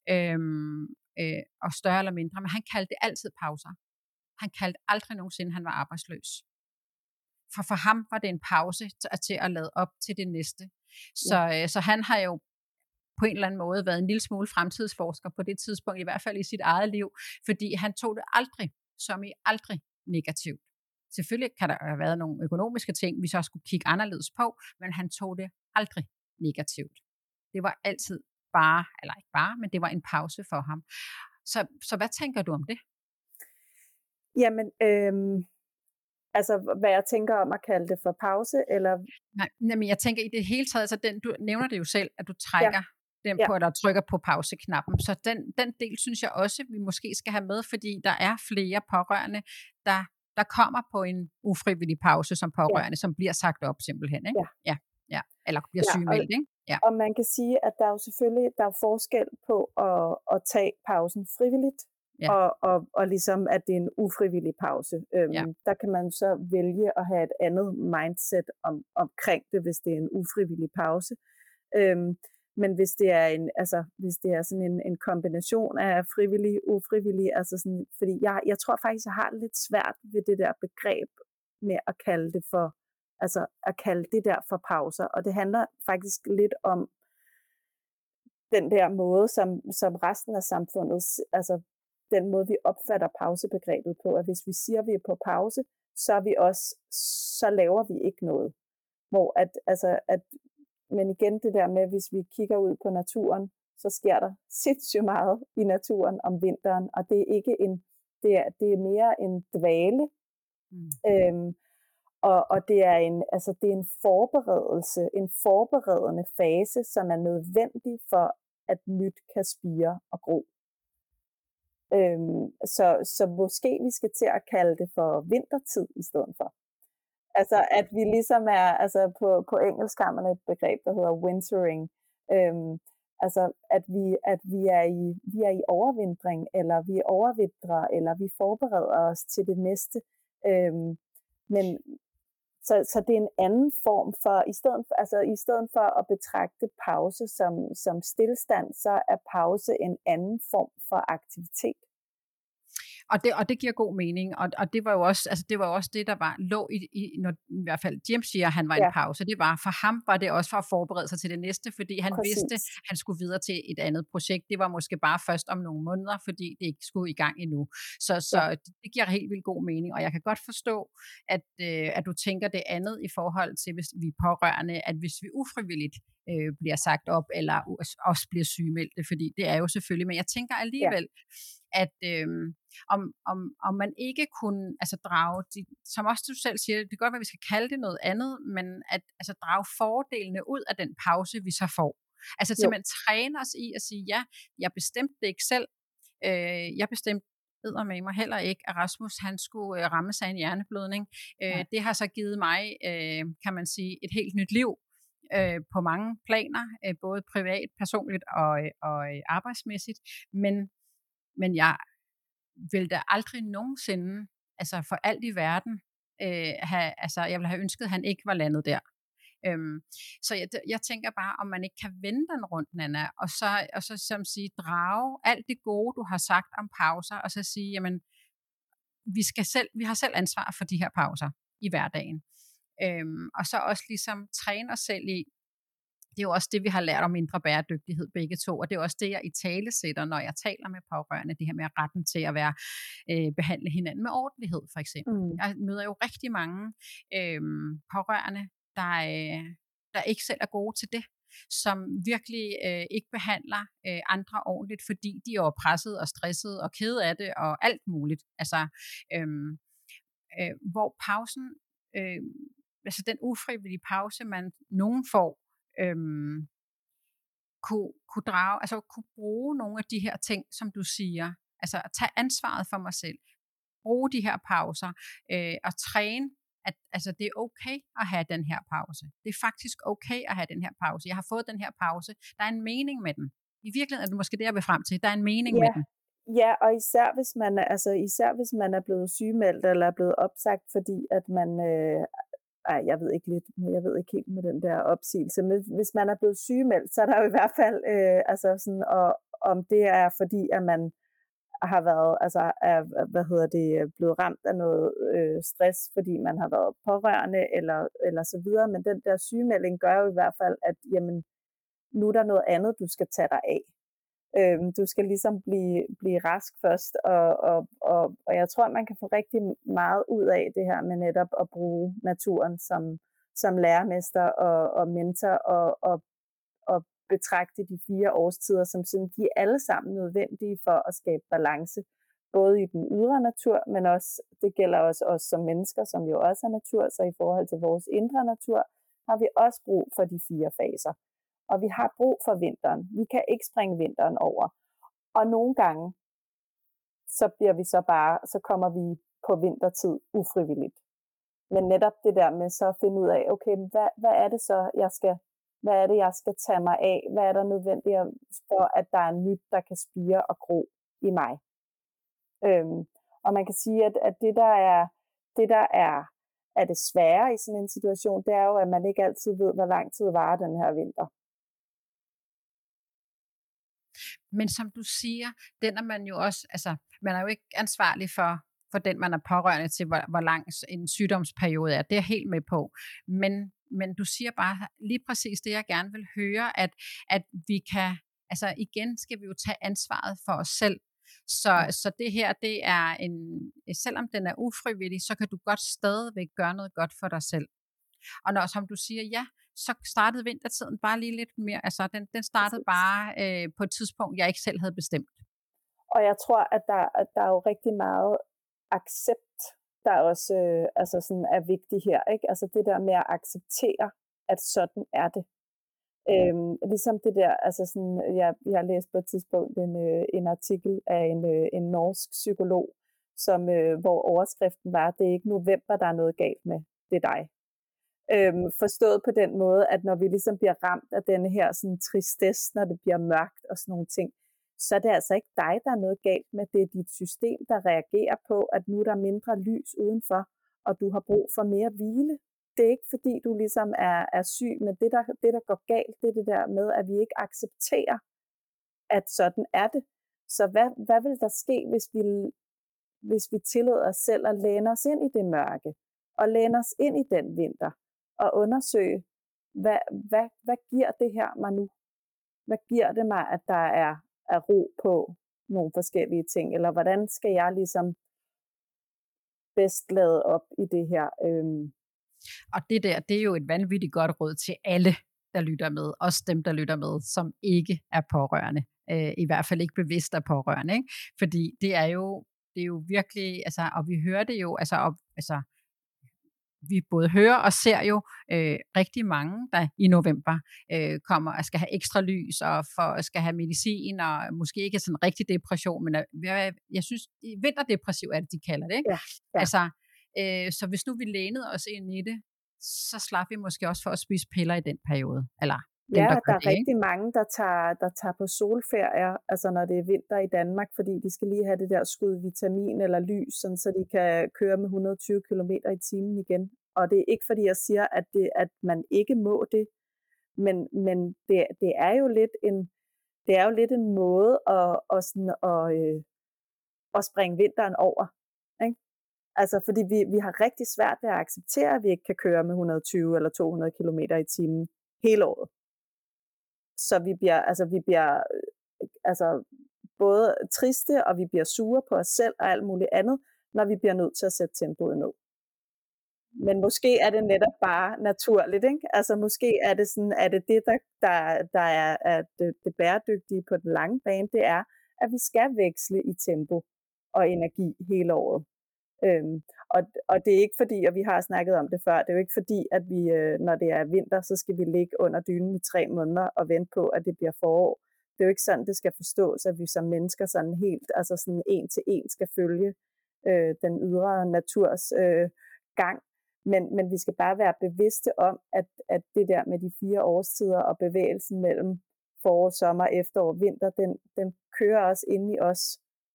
og større eller mindre, men han kaldte det altid pauser. Han kaldte aldrig nogensinde, han var arbejdsløs. For ham var det en pause til at lade op til det næste. Så han har jo på en eller anden måde været en lille smule fremtidsforsker på det tidspunkt, i hvert fald i sit eget liv, fordi han tog det aldrig, som i aldrig, negativt. Selvfølgelig kan der have været nogle økonomiske ting, vi så skulle kigge anderledes på, men han tog det aldrig negativt. Det var altid bare, eller ikke bare, men det var en pause for ham. Så hvad tænker du om det? Jamen, altså hvad jeg tænker om at kalde det for pause, eller? Nej, men jeg tænker i det hele taget, altså du nævner det jo selv, at du trækker den på, eller trykker på pauseknappen. Så den del synes jeg også, vi måske skal have med, fordi der er flere pårørende, der kommer på en ufrivillig pause som pårørende, som bliver sagt op simpelthen, ikke? Ja. Eller bliver sygemeldt, ikke? Ja. Og man kan sige, at der er jo selvfølgelig forskel på at tage pausen frivilligt, og ligesom at det er en ufrivillig pause. Der kan man så vælge at have et andet mindset omkring det, hvis det er en ufrivillig pause. Men hvis det er hvis det er sådan en kombination af frivillig og ufrivillig, altså sådan, fordi jeg tror faktisk, jeg har det lidt svært ved det der begreb med at kalde det for, altså at kalde det der for pauser. Og det handler faktisk lidt om den der måde, som resten af samfundet, altså den måde, vi opfatter pausebegrebet på, at hvis vi siger, at vi er på pause, så laver vi ikke noget. Hvor men igen det der med, hvis vi kigger ud på naturen, så sker der sindssygt meget i naturen om vinteren, og det er ikke det er mere en dvale. Og det er en forberedelse, en forberedende fase, som er nødvendig for, at nyt kan spire og gro. Så måske vi skal til at kalde det for vintertid i stedet for. Altså at vi ligesom er, altså på engelsk har man et begreb, der hedder wintering. Altså at vi er i overvintring, eller vi overvintrer, eller vi forbereder os til det næste. Men så det er en anden form for, i stedet for at betragte pause som stilstand, så er pause en anden form for aktivitet. Og det giver god mening, og det var jo også, det der lå i når i hvert fald Jim siger, at han var en pause. Det var for ham, var det også for at forberede sig til det næste, fordi han vidste, at han skulle videre til et andet projekt. Det var måske bare først om nogle måneder, fordi det ikke skulle i gang endnu. Så det giver helt vildt god mening, og jeg kan godt forstå, at du tænker det andet i forhold til, hvis vi er pårørende, at hvis vi ufrivilligt bliver sagt op, eller også bliver sygemeldte, fordi det er jo selvfølgelig, men jeg tænker alligevel, at om man ikke kunne drage, som også du selv siger, det kan godt være, at vi skal kalde det noget andet, men at drage fordelene ud af den pause, vi så får. Altså til man træner os i at sige, ja, jeg bestemte det ikke selv, jeg bestemte med mig heller ikke, at Rasmus han skulle rammes af en hjerneblødning. Det har så givet mig, kan man sige, et helt nyt liv, på mange planer, både privat, personligt og arbejdsmæssigt, men jeg vil da aldrig nogensinde, for alt i verden, jeg ville have ønsket, at han ikke var landet der. Så jeg tænker bare, om man ikke kan vende den rundt, Nanna, og så som sige, drage alt det gode, du har sagt om pauser, og så sige, jamen, vi har selv ansvar for de her pauser i hverdagen. Og så også ligesom træne os selv i, det er jo også det, vi har lært om indre bæredygtighed begge to, og det er også det, jeg italesætter, når jeg taler med pårørende, det her med retten til at behandle hinanden med ordentlighed, for eksempel. Jeg møder jo rigtig mange pårørende, der ikke selv er gode til det. som virkelig ikke behandler andre ordentligt, fordi de er presset og stresset og kede af det og alt muligt. Altså, hvor pausen, altså den ufrivillige pause, nogen får, kunne bruge nogle af de her ting, som du siger. Altså at tage ansvaret for mig selv. Bruge de her pauser og træne, at altså, det er okay at have den her pause. Det er faktisk okay at have den her pause. Jeg har fået den her pause. Der er en mening med den. I virkeligheden er det måske det, jeg vil frem til. Der er en mening med den. Ja, og især hvis man er blevet sygemeldt eller er blevet opsagt, fordi at man... jeg ved ikke helt med den der opsigelse, men hvis man er blevet sygemeldt, så er der jo i hvert fald, og om det er fordi, at man har været, blevet ramt af noget stress, fordi man har været pårørende eller så videre, men den der sygemelding gør jo i hvert fald, at jamen, nu er der noget andet, du skal tage dig af. Du skal ligesom blive rask først, og jeg tror, man kan få rigtig meget ud af det her med netop at bruge naturen som lærermester og mentor og betragte de 4 årstider som sådan, de er alle sammen nødvendige for at skabe balance, både i den ydre natur, men også, det gælder også os som mennesker, som jo også er natur, så i forhold til vores indre natur, har vi også brug for de 4 faser. Og vi har brug for vinteren. Vi kan ikke springe vinteren over. Og nogle gange, så kommer vi på vintertid ufrivilligt. Men netop det der med så at finde ud af, okay, hvad er det så, jeg skal tage mig af? Hvad er der nødvendigt for, at der er nyt, der kan spire og gro i mig? Og man kan sige, at det der er det svære i sådan en situation, det er jo, at man ikke altid ved, hvor lang tid varer den her vinter. Men som du siger, den er man jo også, altså man er jo ikke ansvarlig for den, man er pårørende til, hvor lang en sygdomsperiode er. Det er jeg helt med på. Men du siger bare lige præcis det, jeg gerne vil høre, at vi kan, altså igen skal vi jo tage ansvaret for os selv. Så det her, det er selvom den er ufrivillig, så kan du godt stadigvæk gøre noget godt for dig selv. Og når, som du siger, ja, så startede vintertiden bare lige lidt mere, altså den startede bare på et tidspunkt, jeg ikke selv havde bestemt. Og jeg tror, at der er jo rigtig meget accept, der også er vigtigt her, ikke? Altså det der med at acceptere, at sådan er det. Ligesom det der, jeg har læst på et tidspunkt en artikel af en norsk psykolog, hvor overskriften var, det er ikke november, der er noget galt med, det er dig. Forstået på den måde, at når vi ligesom bliver ramt af denne her sådan tristesse, når det bliver mørkt og sådan nogle ting, så er det altså ikke dig, der er noget galt med. Det er dit system, der reagerer på, at nu er der mindre lys udenfor, og du har brug for mere hvile. Det er ikke fordi, du ligesom er syg, men det der går galt, det er det der med, at vi ikke accepterer, at sådan er det. Så hvad vil der ske, hvis vi tillader os selv at læne os ind i det mørke, og læne os ind i den vinter, og undersøge, hvad giver det her mig nu? Hvad giver det mig, at der er ro på nogle forskellige ting? Eller hvordan skal jeg ligesom bedst lade op i det her? Og det er jo et vanvittigt godt råd til alle, der lytter med. Også dem, der lytter med, som ikke er pårørende. I hvert fald ikke bevidst er pårørende. Ikke? Fordi det er jo virkelig, altså, og vi hører det jo, vi både hører og ser jo rigtig mange, der i november kommer og skal have ekstra lys og skal have medicin og måske ikke sådan en rigtig depression, men jeg synes, vinterdepressiv er det, de kalder det. Ikke? Ja, ja. Altså, så hvis nu vi lænede os ind i det, så slap vi måske også for at spise piller i den periode. Eller der er rigtig mange, der tager på solferier, altså når det er vinter i Danmark, fordi de skal lige have det der skud vitamin eller lys, sådan, så de kan køre med 120 km/t igen. Og det er ikke fordi jeg siger, at man ikke må det, men det er jo lidt en måde at springe vinteren over. Ikke? Altså fordi vi har rigtig svært ved at acceptere, at vi ikke kan køre med 120 eller 200 km/t hele året. Så vi bliver både triste, og vi bliver sure på os selv og alt muligt andet, når vi bliver nødt til at sætte tempoet ned. Men måske er det netop bare naturligt, ikke? Altså måske er det sådan, at der er det bæredygtige på den lange bane, det er, at vi skal veksle i tempo og energi hele året. Og det er ikke fordi, og vi har snakket om det før, det er jo ikke fordi, at vi, når det er vinter, så skal vi ligge under dynen i 3 måneder og vente på, at det bliver forår. Det er jo ikke sådan, det skal forstås, at vi som mennesker sådan helt, altså sådan en til en skal følge den ydre naturs gang. Men vi skal bare være bevidste om, at det der med de 4 årstider og bevægelsen mellem forår, sommer, efterår, vinter, den kører også inde i os.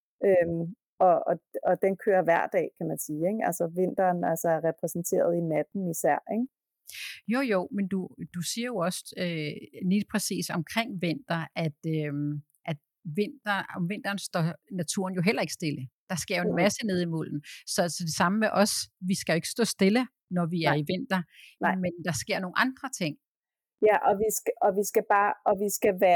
Og den kører hver dag, kan man sige. Ikke? Altså vinteren er repræsenteret i natten især. Ikke? Jo, men du siger jo også lige præcis omkring vinter, at om vinteren står naturen jo heller ikke stille. Der sker jo en masse nede i mulden. Så det samme med os. Vi skal jo ikke stå stille, når vi er i vinter. Nej. Men der sker nogle andre ting. Ja, og vi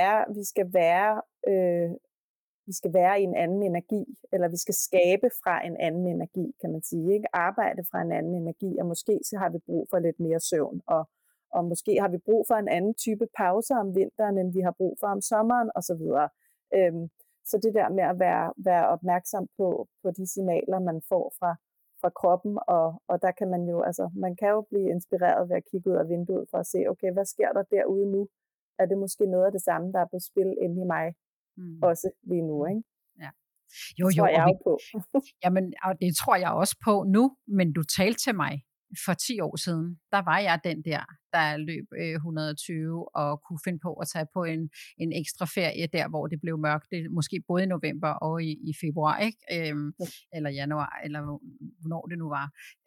skal være i en anden energi, eller vi skal skabe fra en anden energi, kan man sige, ikke? Arbejde fra en anden energi, og måske så har vi brug for lidt mere søvn, og måske har vi brug for en anden type pauser om vinteren, end vi har brug for om sommeren, osv. Så det der med at være opmærksom på de signaler, man får fra kroppen, og der kan man jo, altså man kan jo blive inspireret ved at kigge ud af vinduet for at se, okay, hvad sker der derude nu? Er det måske noget af det samme, der er på spil inde i mig? Også lige nu, ikke? Ja. Jo, det tror jeg jo på. Jamen, og det tror jeg også på nu, men du talte til mig for 10 år siden. Der var jeg den der løb 120 og kunne finde på at tage på en ekstra ferie der, hvor det blev mørkt. Det måske både i november og i februar, ikke? Eller januar, eller hvornår det nu var.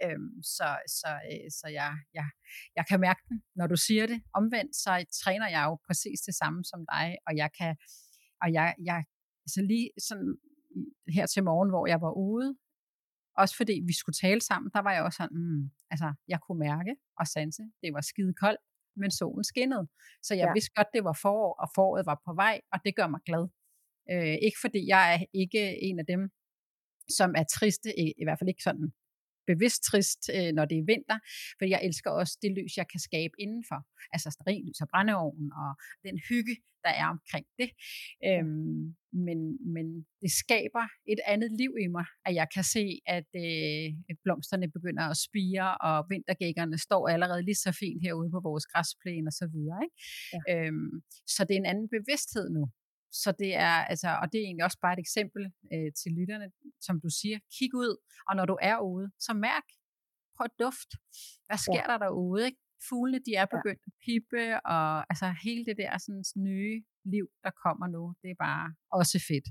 Så jeg kan mærke den, når du siger det. Omvendt, så træner jeg jo præcis det samme som dig, og jeg så lige sådan her til morgen, hvor jeg var ude, også fordi vi skulle tale sammen, der var jeg også sådan, jeg kunne mærke og sanse, det var skide koldt, men solen skinnede. Så jeg vidste godt, det var forår, og foråret var på vej, og det gør mig glad. Ikke fordi jeg er ikke en af dem, som er triste, i hvert fald ikke sådan bevidst trist, når det er vinter, for jeg elsker også det lys, jeg kan skabe indenfor. Altså stearinlys og brændeovnen, og den hygge, der er omkring det. Men det skaber et andet liv i mig, at jeg kan se, at blomsterne begynder at spire, og vintergækkerne står allerede lige så fint herude på vores græsplæne og så videre. Ikke? Ja. Så det er en anden bevidsthed nu. Så det er, og det er egentlig også bare et eksempel til lytterne, som du siger, kig ud, og når du er ude, så mærk, prøv at duft. Hvad sker der derude, ikke? Fuglene, de er begyndt at pippe, og hele det der sådan, nye liv, der kommer nu, det er bare også fedt.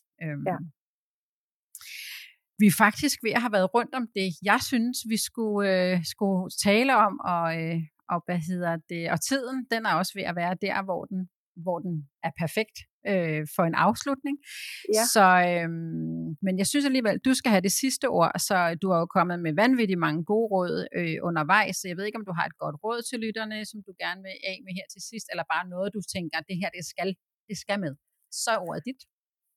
Vi er faktisk ved at have været rundt om det, jeg synes, vi skulle tale om, og og tiden, den er også ved at være der, hvor den er perfekt for en afslutning. Ja. Så, men jeg synes alligevel, du skal have det sidste ord, så du har jo kommet med vanvittigt mange gode råd undervejs, så jeg ved ikke, om du har et godt råd til lytterne, som du gerne vil af med her til sidst, eller bare noget, du tænker, det her, det skal med. Så er ordet dit.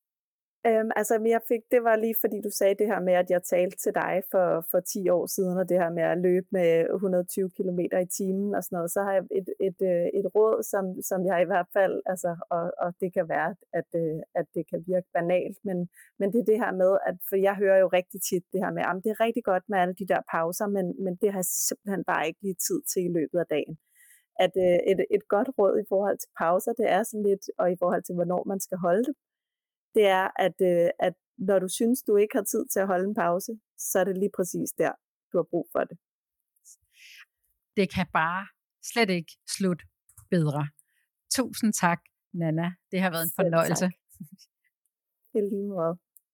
Det var lige fordi du sagde det her med, at jeg talte til dig for 10 år siden, og det her med at løbe med 120 km i timen og sådan noget, så har jeg et råd, som jeg i hvert fald, og det kan være, at det kan virke banalt, men det er det her med, at for jeg hører jo rigtig tit det her med, at det er rigtig godt med alle de der pauser, men det har jeg simpelthen bare ikke lige tid til i løbet af dagen. At et godt råd i forhold til pauser, det er sådan lidt, og i forhold til, hvornår man skal holde det, det er, at når du synes, du ikke har tid til at holde en pause, så er det lige præcis der, du har brug for det. Det kan bare slet ikke slutte bedre. Tusind tak, Nanna. Det har været en fornøjelse. I lige måde.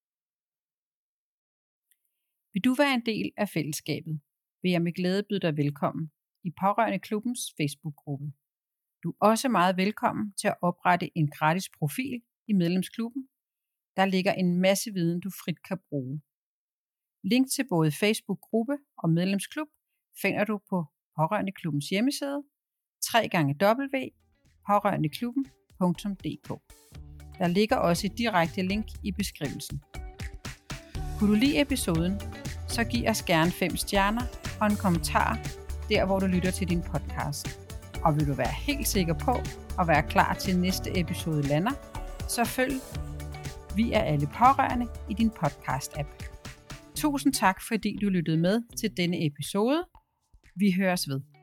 Vil du være en del af fællesskabet, vil jeg med glæde byde dig velkommen i Pårørende Klubbens Facebook-gruppe. Du er også meget velkommen til at oprette en gratis profil i medlemsklubben. Der ligger en masse viden, du frit kan bruge. Link til både Facebook-gruppe og medlemsklub finder du på Pårørende Klubbens hjemmeside www.pårørendeklubben.dk. Der ligger også et direkte link i beskrivelsen. Kunne du lide episoden, så giv os gerne 5 stjerner og en kommentar der, hvor du lytter til din podcast. Og vil du være helt sikker på at være klar til næste episode lander, så følg Vi er alle pårørende i din podcast-app. Tusind tak, fordi du lyttede med til denne episode. Vi høres ved.